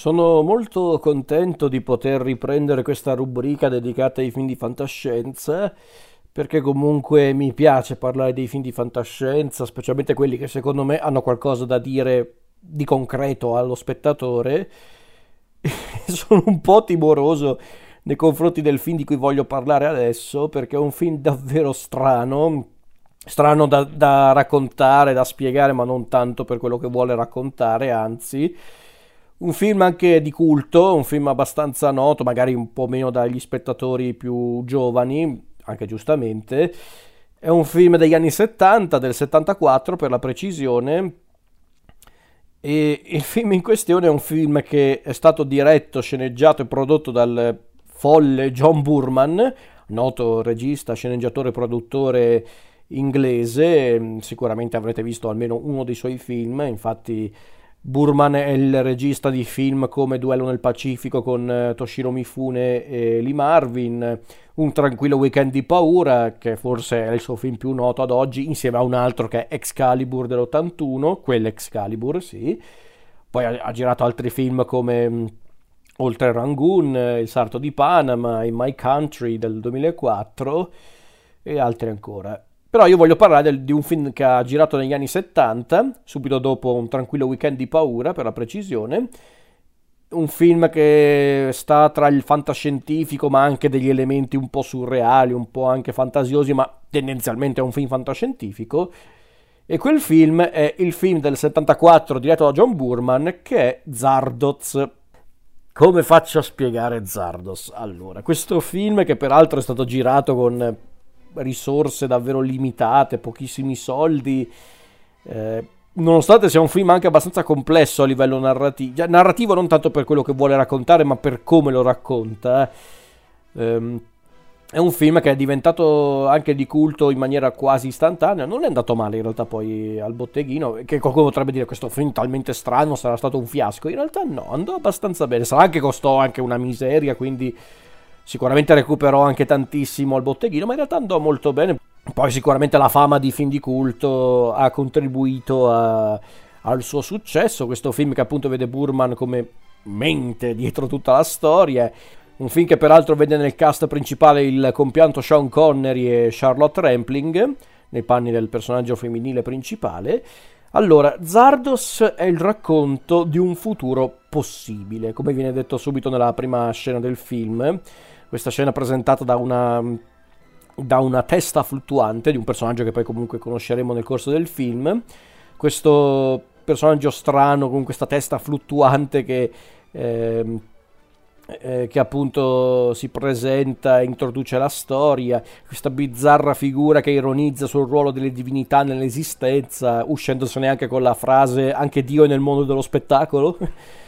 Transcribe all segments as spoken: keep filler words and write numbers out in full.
Sono molto contento di poter riprendere questa rubrica dedicata ai film di fantascienza, perché comunque mi piace parlare dei film di fantascienza, specialmente quelli che secondo me hanno qualcosa da dire di concreto allo spettatore. Sono un po' timoroso nei confronti del film di cui voglio parlare adesso, perché è un film davvero strano, strano da, da raccontare, da spiegare, ma non tanto per quello che vuole raccontare, anzi. Un film anche di culto, un film abbastanza noto, magari un po' meno dagli spettatori più giovani, anche giustamente. È un film degli anni settanta, del settantaquattro per la precisione, e il film in questione è un film che è stato diretto, sceneggiato e prodotto dal folle John Boorman, noto regista, sceneggiatore e produttore inglese. Sicuramente avrete visto almeno uno dei suoi film, infatti Boorman è il regista di film come Duello nel Pacifico con eh, Toshiro Mifune e Lee Marvin, Un tranquillo weekend di paura, che forse è il suo film più noto ad oggi, insieme a un altro che è Excalibur dell'ottantuno, quell'Excalibur, sì. Poi ha, ha girato altri film come mh, Oltre Rangoon, eh, Il sarto di Panama, In My Country del duemilaquattro e altri ancora. Però io voglio parlare del- di un film che ha girato negli anni settanta, subito dopo Un tranquillo weekend di paura, per la precisione. Un film che sta tra il fantascientifico, ma anche degli elementi un po' surreali, un po' anche fantasiosi, ma tendenzialmente è un film fantascientifico. E quel film è il film del settantaquattro diretto da John Boorman, che è Zardoz. Come faccio a spiegare Zardos? Allora, questo film che peraltro è stato girato con risorse davvero limitate, pochissimi soldi, eh, nonostante sia un film anche abbastanza complesso a livello narrativo, narrativo non tanto per quello che vuole raccontare, ma per come lo racconta. Ehm, è un film che è diventato anche di culto in maniera quasi istantanea. Non è andato male in realtà poi al botteghino, che qualcuno potrebbe dire questo film talmente strano sarà stato un fiasco. In realtà no, andò abbastanza bene. Sarà che costò anche una miseria, quindi sicuramente recuperò anche tantissimo al botteghino, ma in realtà andò molto bene. Poi sicuramente la fama di film di culto ha contribuito a- al suo successo. Questo film che appunto vede Burman come mente dietro tutta la storia. Un film che peraltro vede nel cast principale il compianto Sean Connery e Charlotte Rampling, nei panni del personaggio femminile principale. Allora, Zardos è il racconto di un futuro possibile, come viene detto subito nella prima scena del film. Questa scena presentata da una, da una testa fluttuante di un personaggio che poi comunque conosceremo nel corso del film. Questo personaggio strano con questa testa fluttuante che, ehm, eh, che appunto si presenta e introduce la storia, questa bizzarra figura che ironizza sul ruolo delle divinità nell'esistenza, uscendosene anche con la frase anche Dio è nel mondo dello spettacolo.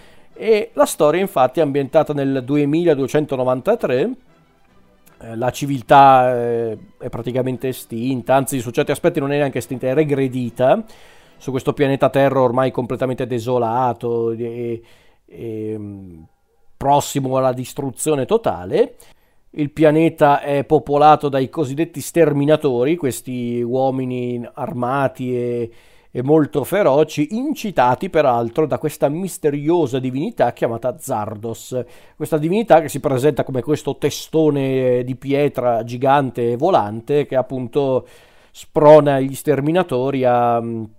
E la storia infatti è ambientata nel duemiladuecentonovantatré. Eh, la civiltà eh, è praticamente estinta, anzi su certi aspetti non è neanche estinta, è regredita su questo pianeta Terra ormai completamente desolato e, e mm, prossimo alla distruzione totale. Il pianeta è popolato dai cosiddetti sterminatori, questi uomini armati e, e molto feroci, incitati peraltro da questa misteriosa divinità chiamata Zardos. Questa divinità che si presenta come questo testone di pietra gigante e volante che appunto sprona gli sterminatori a,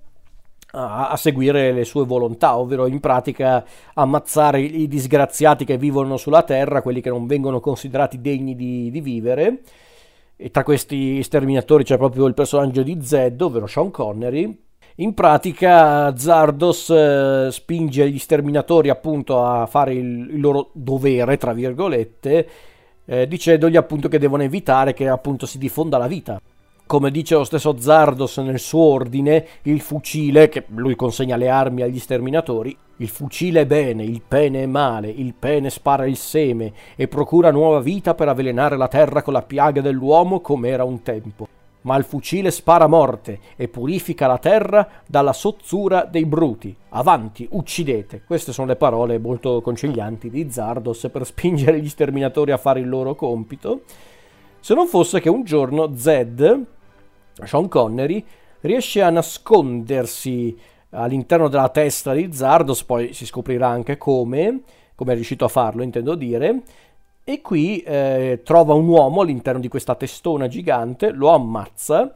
a, a seguire le sue volontà, ovvero in pratica ammazzare i, i disgraziati che vivono sulla Terra, quelli che non vengono considerati degni di, di vivere. E tra questi sterminatori c'è proprio il personaggio di Zed, ovvero Sean Connery. In pratica Zardos eh, spinge gli sterminatori appunto a fare il, il loro dovere, tra virgolette, eh, dicendogli appunto che devono evitare che appunto si diffonda la vita. Come dice lo stesso Zardos nel suo ordine, il fucile, che lui consegna le armi agli sterminatori, il fucile è bene, il pene è male, il pene spara il seme e procura nuova vita per avvelenare la terra con la piaga dell'uomo come era un tempo. Ma il fucile spara morte e purifica la terra dalla sozzura dei bruti. Avanti, uccidete. Queste sono le parole molto concilianti di Zardos per spingere gli sterminatori a fare il loro compito. Se non fosse che un giorno Zed, Sean Connery, riesce a nascondersi all'interno della testa di Zardos, poi si scoprirà anche come, come è riuscito a farlo, intendo dire, e qui eh, trova un uomo all'interno di questa testona gigante, lo ammazza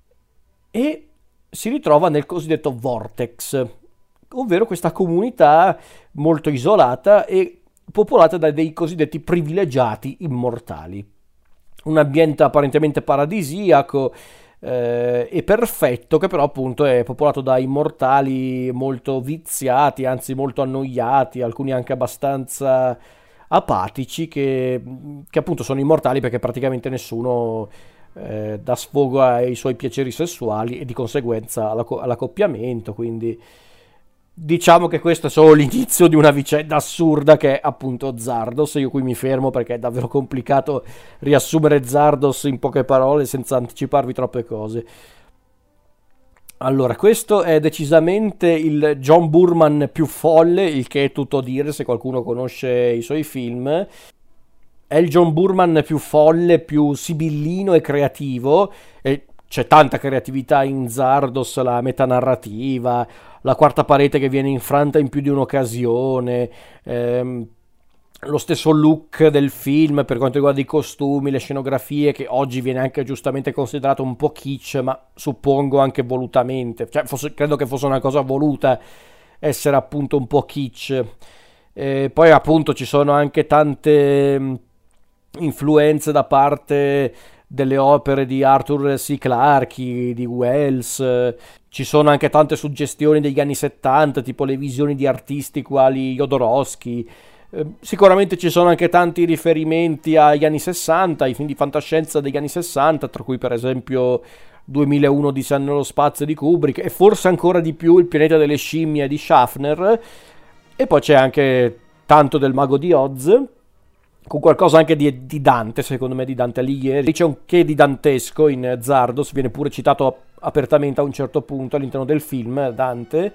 e si ritrova nel cosiddetto Vortex, ovvero questa comunità molto isolata e popolata da dei cosiddetti privilegiati immortali. Un ambiente apparentemente paradisiaco eh, e perfetto, che però appunto è popolato da immortali molto viziati, anzi molto annoiati, alcuni anche abbastanza apatici, che, che appunto sono immortali perché praticamente nessuno eh, dà sfogo ai suoi piaceri sessuali e di conseguenza all'acco- all'accoppiamento, quindi diciamo che questo è solo l'inizio di una vicenda assurda che è appunto Zardos. Io qui mi fermo perché è davvero complicato riassumere Zardos in poche parole senza anticiparvi troppe cose. Allora, questo è decisamente il John Boorman più folle, il che è tutto dire se qualcuno conosce i suoi film. È il John Boorman più folle, più sibillino e creativo, e c'è tanta creatività in Zardos, la metanarrativa, la quarta parete che viene infranta in più di un'occasione, ehm, lo stesso look del film per quanto riguarda i costumi, le scenografie, che oggi viene anche giustamente considerato un po' kitsch, ma suppongo anche volutamente, cioè fosse, credo che fosse una cosa voluta essere appunto un po' kitsch. E poi appunto ci sono anche tante mh, influenze da parte delle opere di Arthur C. Clarke, di Wells. eh, Ci sono anche tante suggestioni degli anni settanta, tipo le visioni di artisti quali Jodorowsky. Eh, Sicuramente ci sono anche tanti riferimenti agli anni sessanta, ai film di fantascienza degli anni sessanta, tra cui per esempio duemilauno Odissea nello spazio di Kubrick, e forse ancora di più Il pianeta delle scimmie di Schaffner. E poi c'è anche tanto del Mago di Oz, con qualcosa anche di, di Dante, secondo me, di Dante Alighieri. C'è un che di dantesco in Zardos, viene pure citato apertamente a un certo punto all'interno del film, Dante.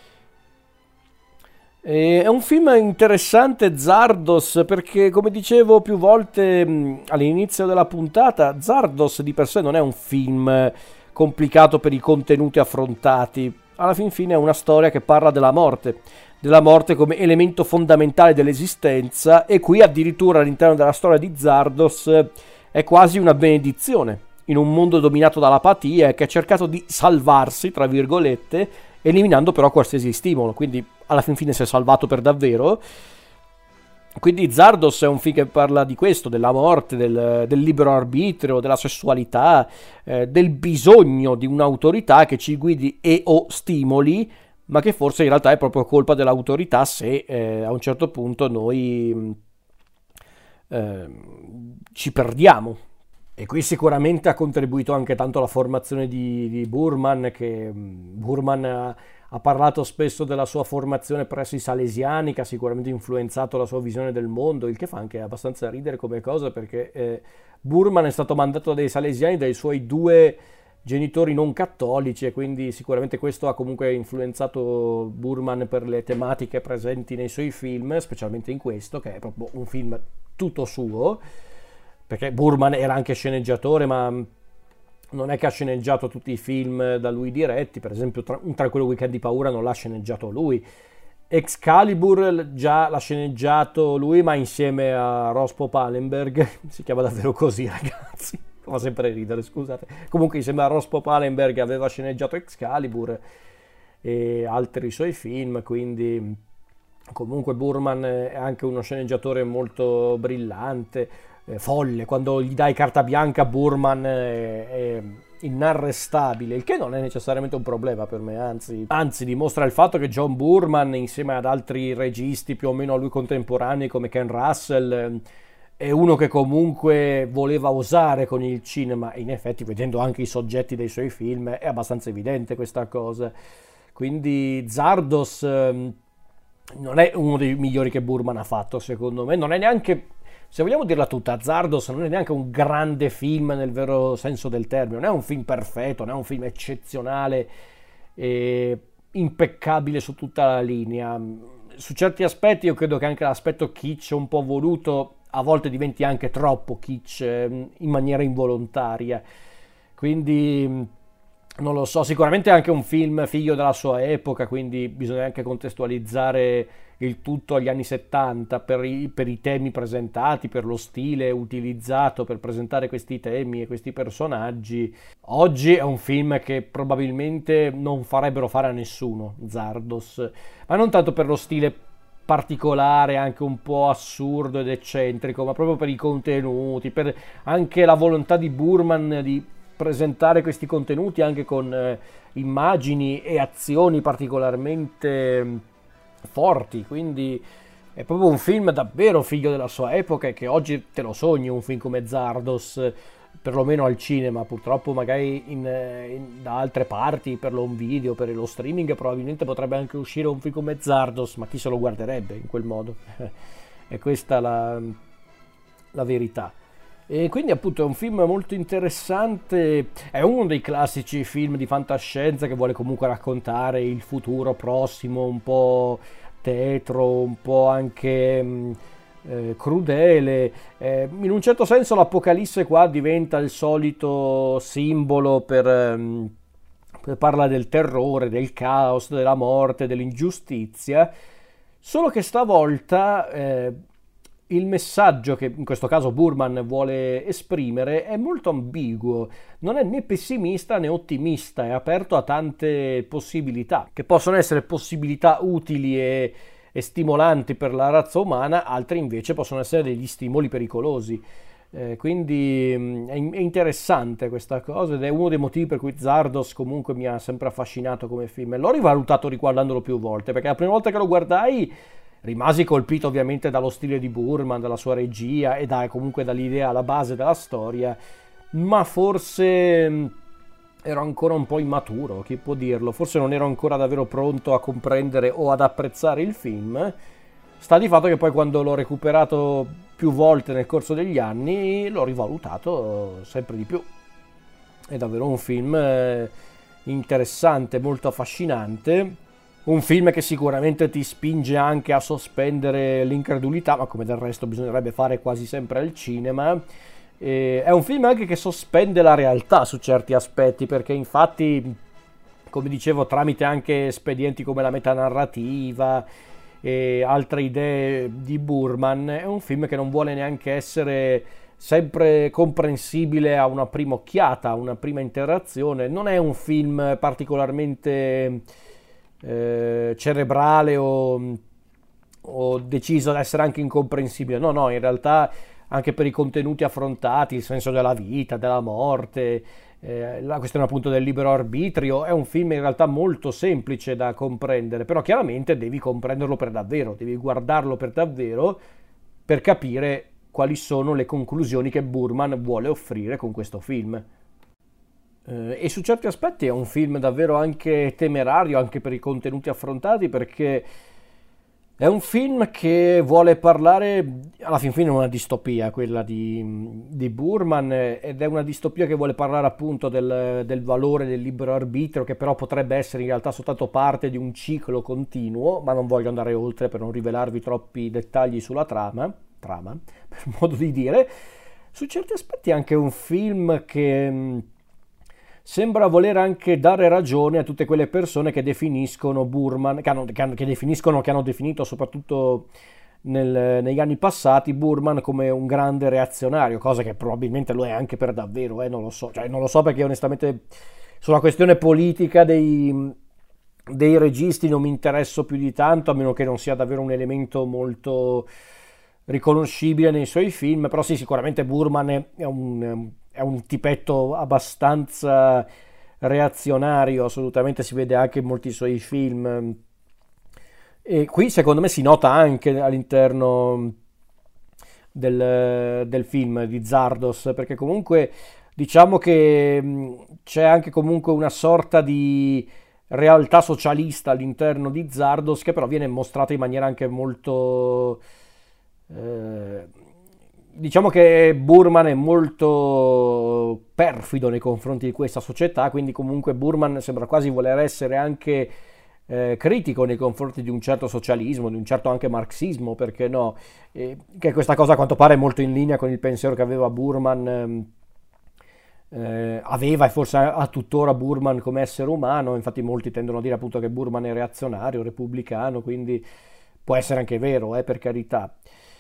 E è un film interessante, Zardos, perché come dicevo più volte mh, all'inizio della puntata, Zardos di per sé non è un film complicato per i contenuti affrontati. Alla fin fine è una storia che parla della morte, della morte come elemento fondamentale dell'esistenza, e qui addirittura all'interno della storia di Zardos è quasi una benedizione in un mondo dominato dall'apatia, che ha cercato di salvarsi, tra virgolette, eliminando però qualsiasi stimolo, quindi alla fin fine si è salvato per davvero. Quindi Zardos è un film che parla di questo, della morte, del, del libero arbitrio, della sessualità, eh, del bisogno di un'autorità che ci guidi e o stimoli, ma che forse in realtà è proprio colpa dell'autorità se eh, a un certo punto noi eh, ci perdiamo. E qui sicuramente ha contribuito anche tanto la formazione di, di Boorman, che Boorman ha, ha parlato spesso della sua formazione presso i Salesiani, che ha sicuramente influenzato la sua visione del mondo, il che fa anche abbastanza ridere come cosa, perché eh, Boorman è stato mandato dai Salesiani dai suoi due genitori non cattolici, e quindi sicuramente questo ha comunque influenzato Boorman per le tematiche presenti nei suoi film, specialmente in questo, che è proprio un film tutto suo, perché Boorman era anche sceneggiatore, ma non è che ha sceneggiato tutti i film da lui diretti. Per esempio tra, un tranquillo weekend di paura non l'ha sceneggiato lui. Excalibur già l'ha sceneggiato lui, ma insieme a Rospo Palenberg, si chiama davvero così, ragazzi, fa sempre ridere, scusate. Comunque insieme a Rospo Palenberg aveva sceneggiato Excalibur e altri suoi film, quindi comunque Boorman è anche uno sceneggiatore molto brillante, eh, folle. Quando gli dai carta bianca, Boorman è, è inarrestabile, il che non è necessariamente un problema per me, anzi, anzi dimostra il fatto che John Boorman, insieme ad altri registi più o meno a lui contemporanei come Ken Russell, è uno che comunque voleva osare con il cinema, e in effetti vedendo anche i soggetti dei suoi film è abbastanza evidente questa cosa. Quindi Zardos ehm, non è uno dei migliori che Boorman ha fatto, secondo me. Non è neanche, se vogliamo dirla tutta, Zardos non è neanche un grande film nel vero senso del termine. Non è un film perfetto, non è un film eccezionale e impeccabile su tutta la linea. Su certi aspetti io credo che anche l'aspetto kitsch un po' voluto a volte diventi anche troppo kitsch in maniera involontaria. Quindi Non lo so, sicuramente è anche un film figlio della sua epoca, quindi bisogna anche contestualizzare il tutto agli anni settanta per i, per i temi presentati, per lo stile utilizzato per presentare questi temi e questi personaggi. Oggi è un film che probabilmente non farebbero fare a nessuno, Zardos, ma non tanto per lo stile particolare, anche un po' assurdo ed eccentrico, ma proprio per i contenuti, per anche la volontà di Burman di presentare questi contenuti anche con eh, immagini e azioni particolarmente mh, forti, quindi è proprio un film davvero figlio della sua epoca e che oggi te lo sogni un film come Zardos, eh, perlomeno al cinema. Purtroppo magari in, eh, in- da altre parti, per l'home video, per lo streaming, probabilmente potrebbe anche uscire un film come Zardos, ma chi se lo guarderebbe in quel modo? È questa la, la verità. E quindi appunto è un film molto interessante, è uno dei classici film di fantascienza che vuole comunque raccontare il futuro prossimo, un po' tetro, un po' anche mh, eh, crudele. Eh, in un certo senso l'Apocalisse qua diventa il solito simbolo per, ehm, per- parla del terrore, del caos, della morte, dell'ingiustizia. Solo che stavolta eh, il messaggio che in questo caso Burman vuole esprimere è molto ambiguo, non è né pessimista né ottimista, è aperto a tante possibilità, che possono essere possibilità utili e, e stimolanti per la razza umana, altre invece possono essere degli stimoli pericolosi. Eh, quindi mh, è, è interessante questa cosa ed è uno dei motivi per cui Zardos comunque mi ha sempre affascinato come film e l'ho rivalutato riguardandolo più volte perché la prima volta che lo guardai rimasi colpito ovviamente dallo stile di Burman, dalla sua regia e da, comunque dall'idea alla base della storia, ma forse mh, ero ancora un po' immaturo, chi può dirlo, forse non ero ancora davvero pronto a comprendere o ad apprezzare il film. Sta di fatto che poi quando l'ho recuperato più volte nel corso degli anni l'ho rivalutato sempre di più. È davvero un film eh, interessante, molto affascinante. Un film che sicuramente ti spinge anche a sospendere l'incredulità, ma come del resto bisognerebbe fare quasi sempre al cinema. E è un film anche che sospende la realtà su certi aspetti, perché infatti, come dicevo, tramite anche espedienti come la metanarrativa e altre idee di Burman, è un film che non vuole neanche essere sempre comprensibile a una prima occhiata, a una prima interazione. Non è un film particolarmente eh, cerebrale o, o deciso ad essere anche incomprensibile. No, no, in realtà anche per i contenuti affrontati, il senso della vita, della morte, eh, la questione appunto del libero arbitrio, è un film in realtà molto semplice da comprendere, però chiaramente devi comprenderlo per davvero, devi guardarlo per davvero per capire quali sono le conclusioni che Burman vuole offrire con questo film. Eh, e su certi aspetti è un film davvero anche temerario, anche per i contenuti affrontati, perché è un film che vuole parlare, alla fin fine è una distopia quella di, di Burman, eh, ed è una distopia che vuole parlare appunto del, del valore del libero arbitrio, che però potrebbe essere in realtà soltanto parte di un ciclo continuo, ma non voglio andare oltre per non rivelarvi troppi dettagli sulla trama, trama, per modo di dire. Su certi aspetti è anche un film che mh, sembra voler anche dare ragione a tutte quelle persone che definiscono Burman, che, hanno, che, hanno, che definiscono, che hanno definito soprattutto nel- negli anni passati Burman come un grande reazionario, cosa che probabilmente lo è anche per davvero, eh, non lo so, cioè, non lo so perché onestamente sulla questione politica dei, dei registi non mi interesso più di tanto, a meno che non sia davvero un elemento molto riconoscibile nei suoi film, però sì, sicuramente Burman è, è un, è un tipetto abbastanza reazionario, assolutamente si vede anche in molti suoi film. E qui secondo me si nota anche all'interno del, del film di Zardos, perché comunque diciamo che mh, c'è anche comunque una sorta di realtà socialista all'interno di Zardos che però viene mostrata in maniera anche molto eh, diciamo che Burman è molto perfido nei confronti di questa società, quindi comunque Burman sembra quasi voler essere anche eh, critico nei confronti di un certo socialismo, di un certo anche marxismo, perché no? Eh, che questa cosa a quanto pare è molto in linea con il pensiero che aveva Burman ehm, eh, aveva e forse ha, ha tuttora Burman come essere umano. Infatti molti tendono a dire appunto che Burman è reazionario, repubblicano, quindi può essere anche vero, eh, per carità.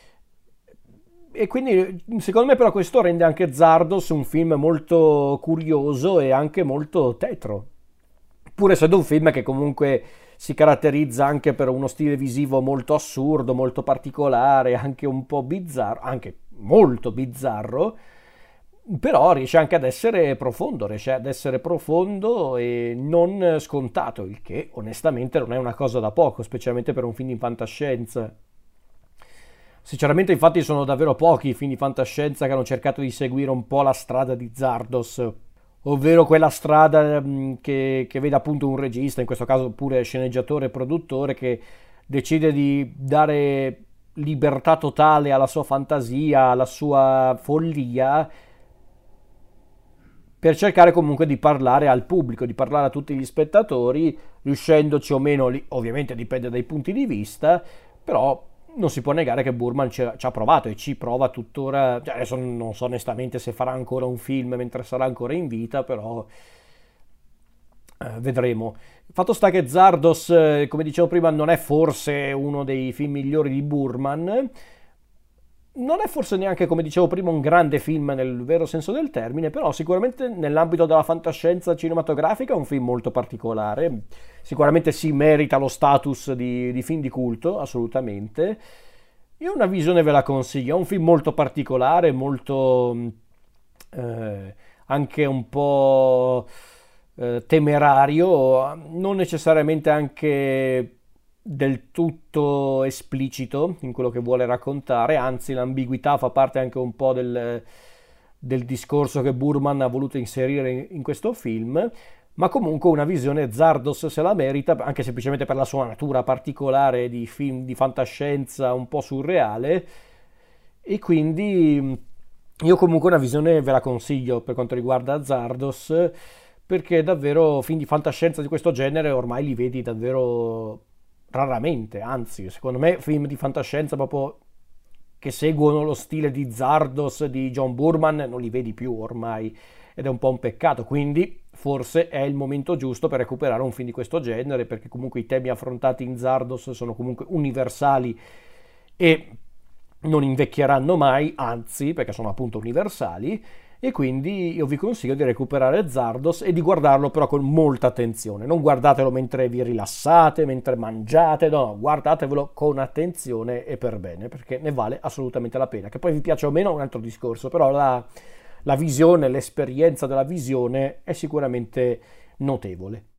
E quindi secondo me però questo rende anche Zardos un film molto curioso e anche molto tetro, pur essendo un film che comunque si caratterizza anche per uno stile visivo molto assurdo, molto particolare, anche un po' bizzarro, anche molto bizzarro, però riesce anche ad essere profondo, riesce ad essere profondo e non scontato, il che onestamente non è una cosa da poco, specialmente per un film di fantascienza. Sinceramente, infatti, sono davvero pochi i film di fantascienza che hanno cercato di seguire un po' la strada di Zardos, ovvero quella strada mh, che, che vede appunto un regista, in questo caso pure sceneggiatore e produttore, che decide di dare libertà totale alla sua fantasia, alla sua follia, per cercare comunque di parlare al pubblico, di parlare a tutti gli spettatori, riuscendoci o meno, lì, ovviamente dipende dai punti di vista, però non si può negare che Burman ci ha, ci ha provato e ci prova tuttora. Cioè, adesso non so onestamente se farà ancora un film mentre sarà ancora in vita, però eh, vedremo. Fatto sta che Zardos, eh, come dicevo prima, non è forse uno dei film migliori di Burman, non è forse neanche, come dicevo prima, un grande film nel vero senso del termine, però sicuramente nell'ambito della fantascienza cinematografica è un film molto particolare. Sicuramente si merita lo status di, di film di culto, assolutamente. Io una visione ve la consiglio, è un film molto particolare, molto eh, anche un po' eh, temerario, non necessariamente anche del tutto esplicito in quello che vuole raccontare, anzi l'ambiguità fa parte anche un po' del, del discorso che Burman ha voluto inserire in, in questo film, ma comunque una visione Zardos se la merita, anche semplicemente per la sua natura particolare di film di fantascienza un po' surreale, e quindi io comunque una visione ve la consiglio per quanto riguarda Zardos, perché davvero film di fantascienza di questo genere ormai li vedi davvero raramente, anzi, secondo me film di fantascienza proprio che seguono lo stile di Zardos di John Burman non li vedi più ormai ed è un po' un peccato, quindi forse è il momento giusto per recuperare un film di questo genere, perché comunque i temi affrontati in Zardos sono comunque universali e non invecchieranno mai, anzi, perché sono appunto universali. E quindi io vi consiglio di recuperare Zardos e di guardarlo però con molta attenzione. Non guardatelo mentre vi rilassate, mentre mangiate, no, guardatevelo con attenzione e per bene, perché ne vale assolutamente la pena. Che poi vi piace o meno è un altro discorso, però la, la visione, l'esperienza della visione è sicuramente notevole.